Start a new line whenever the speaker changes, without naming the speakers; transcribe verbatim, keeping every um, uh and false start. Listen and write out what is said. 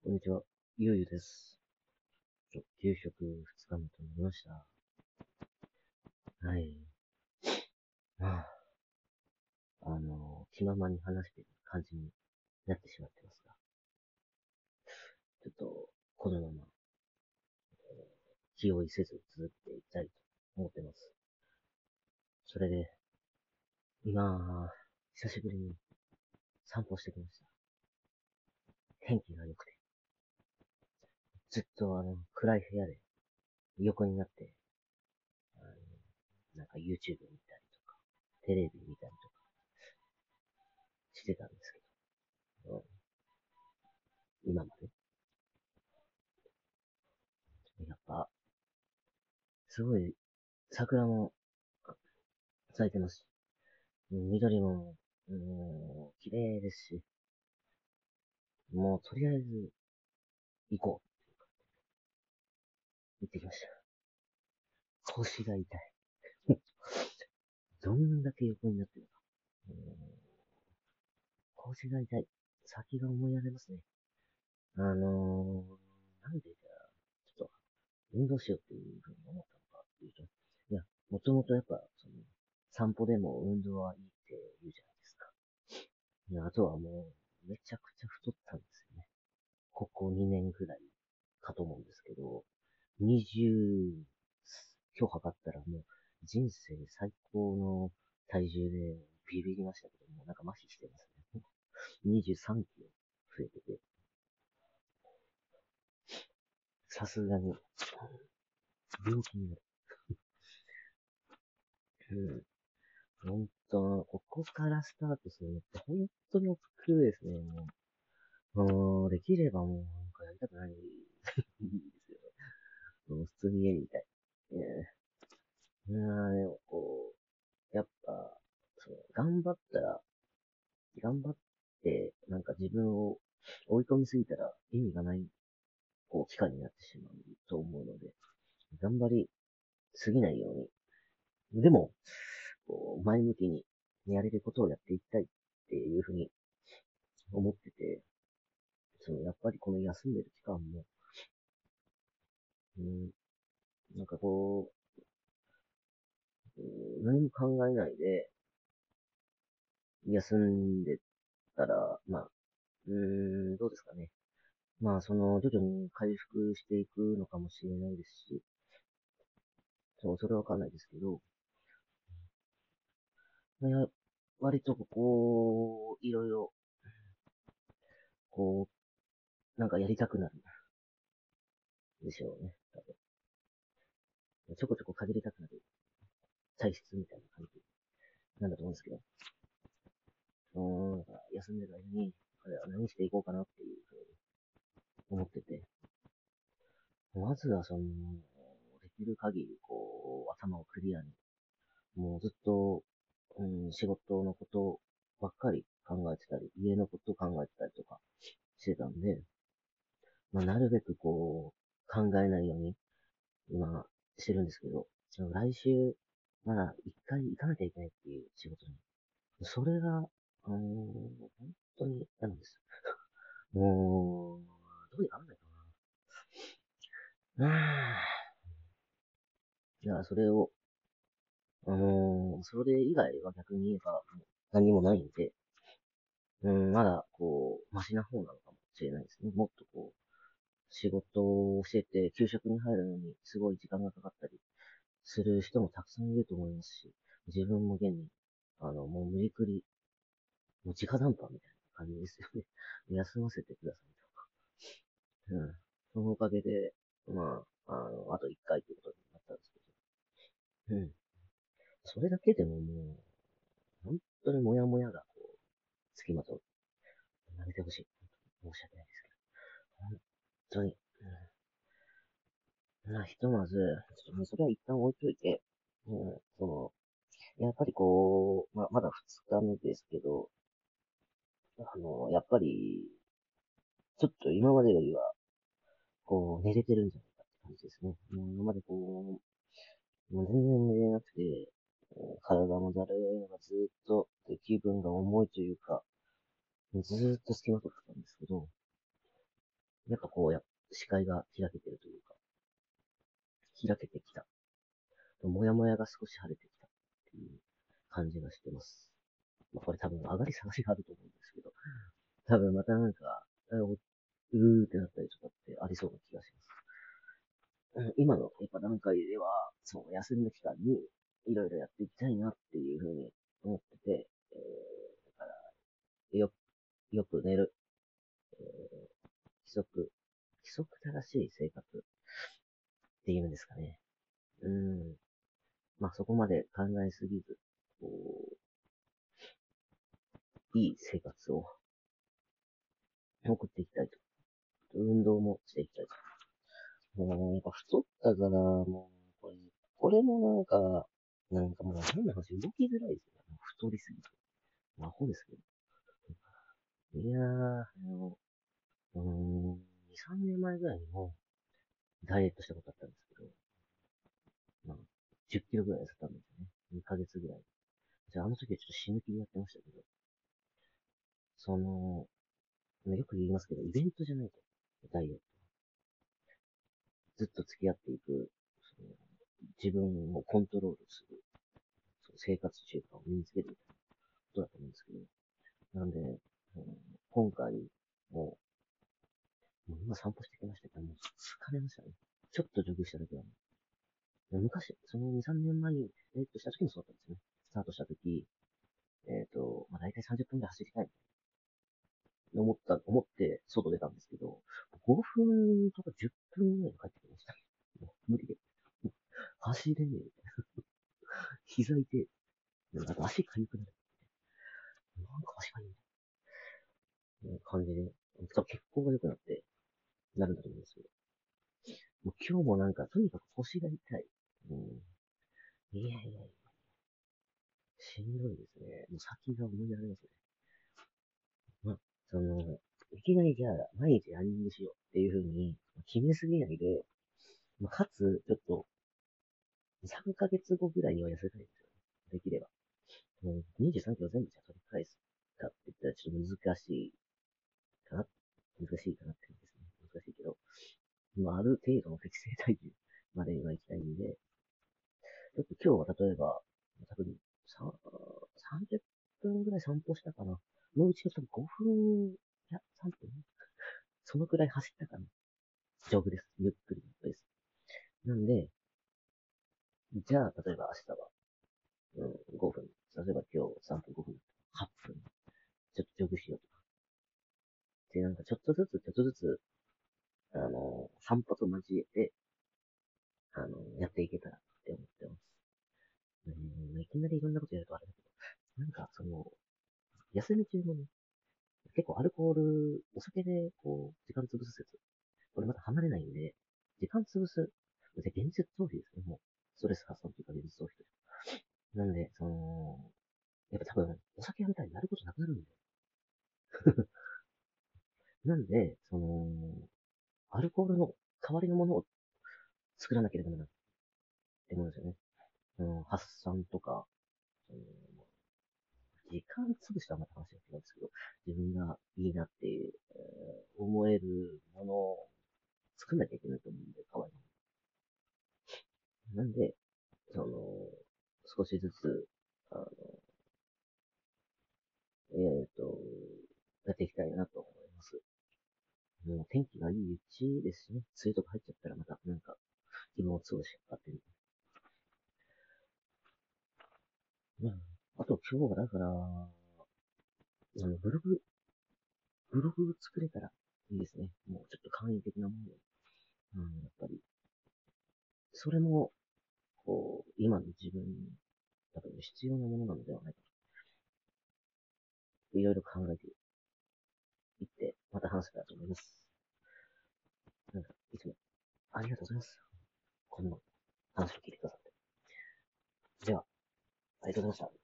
こんにちは、ゆうゆです。ちょ給食ふつかめとなりました。はい。まあ、あの、気ままに話している感じになってしまってますが、ちょっと、このまま、気負いせず続けていきたいと思ってます。それで、今、久しぶりに散歩してきました。天気が良くて、ずっとあの、暗い部屋で横になって、あのなんか YouTube 見たりとか、テレビ見たりとかしてたんですけど、今まで。やっぱ、すごい、桜も咲いてますし、緑も、もう、綺麗ですし、もう、とりあえず、行こう。行ってきました。腰が痛い。どんだけ横になってるか。腰が痛い。先が思いやれますね。あのー、なんでじゃあ、ちょっと、運動しようっていうふうに思ったのかっていうと、いや、もともとやっぱ、その、散歩でも運動はいいって言うじゃないですか。いや、あとはもう、めちゃくちゃ太ったんですよね。ここにねんぐらいかと思うんですけど、にじゅう、今日測ったらもう人生最高の体重でビビりましたけども、なんか麻痺してますね。にじゅうさんキロ増えてて、さすがに病気になる。うん。本当、ここからスタートするのって本当に億劫ですね、もう。もう、できればもう、なんかやりたくないんですよ。もう普通に家にいたい。ねえ。いやーでもこう、やっぱ、そう、頑張ったら、頑張って、なんか自分を追い込みすぎたら意味がない、こう、期間になってしまうと思うので、頑張りすぎないように。でも、こう、前向きにやれることをやっていきたいっていうふうに思ってて、その、やっぱりこの休んでる期間も、うん、なんかこう、うん何も考えないで、休んでたら、まあ、うーん、どうですかね。まあ、その、徐々に回復していくのかもしれないですし、そう、それはわかんないですけど、まあ割とこう、いろいろ、こう、なんかやりたくなるんでしょうね。多分。ちょこちょこかじりたくなる体質みたいな感じなんだと思うんですけど、うーん、なんか休んでる間に、彼は何していこうかなっていうふうに思ってて、まずはその、できる限り、こう、頭をクリアに、もうずっと、うん、仕事のことばっかり考えてたり、家のこと考えてたりとかしてたんで、まあ、なるべくこう、考えないように、今、してるんですけど、その来週、まだ一回行かなきゃいけないっていう仕事に。それが、あのー本当に嫌なんです。もう、どうにかなんないかな。あいや、それを、あのーそれ以外は逆に言えば、何もないんで、うん、まだ、こう、マシな方なのかもしれないですね。もっとこう、仕事をしてて、給食に入るのにすごい時間がかかったりする人もたくさんいると思いますし、自分も現に、あの、もう無理くり、もう直談判みたいな感じですよね。休ませてくださいと。うん。そのおかげで、まあ、あの、あと一回ということになったんですけど、うん。それだけでももう、本当にモヤモヤがこう、つきまとう。やめてほしい。申し訳ないですけど。本当に。うん、まあ、ひとまず、ちょっともうそれは一旦置いといて、うん、その、やっぱりこう、まあ、まだ二日目ですけど、あの、やっぱり、ちょっと今までよりは、こう、寝れてるんじゃないかって感じですね。もう今までこう、もう全然寝れなくて、体もだるいのがずーっと、で気分が重いというか、ずーっと隙間取ってたんですけど、 やっぱこう、や、視界が開けてるというか、開けてきた。もやもやが少し晴れてきたっていう感じがしてます。まあ、これ多分上がり下がりがあると思うんですけど、多分またなんか、うーってなったりとかってありそうな気がします。今のやっぱ段階では、その休みの期間にいろいろやっていきたいなっていうふうに思ってて、えー、だからよ、よく寝る、えー、規則、規則正しい生活っていうんですかね。うん。まあそこまで考えすぎず、こう、いい生活を送っていきたいと。運動もしていきたいと。もう、やっぱ太ったから、もう、これ、これもなんか、なんかもう変な話、動きづらいですよね。太りすぎて。アホですけど。いやー、あの、うーん、に、さんねんまえぐらいにも、ダイエットしたことあったんですけど、まあ、じゅっキロぐらい痩せたんですよね。にかげつぐらい。じゃあ、あの時はちょっと死ぬ気でやってましたけど、その、よく言いますけど、イベントじゃないと。ダイエット。ずっと付き合っていく、その自分をコントロールする、その生活習慣を身につけるみたいなことだと思うんですけど、なんで、うん、今回もう、もう今散歩してきましたけど、もう疲れましたね。ちょっとジョグした時は、昔、そのに、さんねんまえにダイエットした時もそうだったんですよね。スタートした時、えっ、ー、と、まあ、大体さんじゅっぷんぐらい走りたい思った、思って外出たんですけど、ごふんとかじゅっぷんぐらいで帰ってきました。もう無理で。走れねえみたいな。膝痛い。なんか足痒くなる。なんか足がいいみたいな感じで、多分血行が良くなって、なるんだと思うんですけど。もう今日もなんか、とにかく腰が痛い。うん、いやいやいや。しんどいですね。もう先が思いやられますね。まあ、その、いきなりじゃあ、毎日ランニングしようっていう風に決めすぎないで、まあ、かつ、ちょっと、さんかげつごぐらいには痩せたいんですよ。できれば。もうにじゅうさんキロ全部じゃ取り返すかって言ったらちょっと難しいかな。難しいかなって感じですね。難しいけど、まあ、ある程度の適正体重までには行きたいんで、ちょっと今日は例えば、多分さんじゅっぷんぐらい散歩したかな。のうちの多分ごふん、いや、さんぷんそのくらい走ったかな。丈夫です。ゆっくりです。なんで、じゃあ、例えば明日は、うん、ごふん。例えば今日さんぷんごふん。はっぷん。ちょっとジョグしようとか。で、なんかちょっとずつ、ちょっとずつ、あの、散歩と交えて、あの、やっていけたらって思ってます。うん、いきなりいろんなことやるとあれだけど、なんかその、休み中もね、結構アルコール、お酒でこう、時間潰す説。これまた離れないんで、時間潰す。で、現実逃避ですね、もう。ストレス発散というか現実逃避というか。なんで、その、やっぱ多分、お酒やめたらやることなくなるんで。なんで、その、アルコールの代わりのものを作らなければならないって思うんですよね。うん、発散とか、その時間潰したらまた話が違うんですけど、自分がいいなっていう、えー思えるものを作んなきゃいけないと思うんで、代わりに。なんで、その、少しずつ、あの、えっ、と、やっていきたいなと思います。もう天気がいいうちですしね、梅雨とか入っちゃったらまた、なんか、気分を潰しかってる。うん。あと今日はだから、あの、ブログ、ブログ作れたらいいですね。もうちょっと簡易的なもの。うん、やっぱり。それも、こう、今の自分に、多分必要なものなのではないかと、いろいろ考えていって、また話せたらと思います。なんか、いつも、ありがとうございます。この話を聞いてくださって。では、ありがとうございました。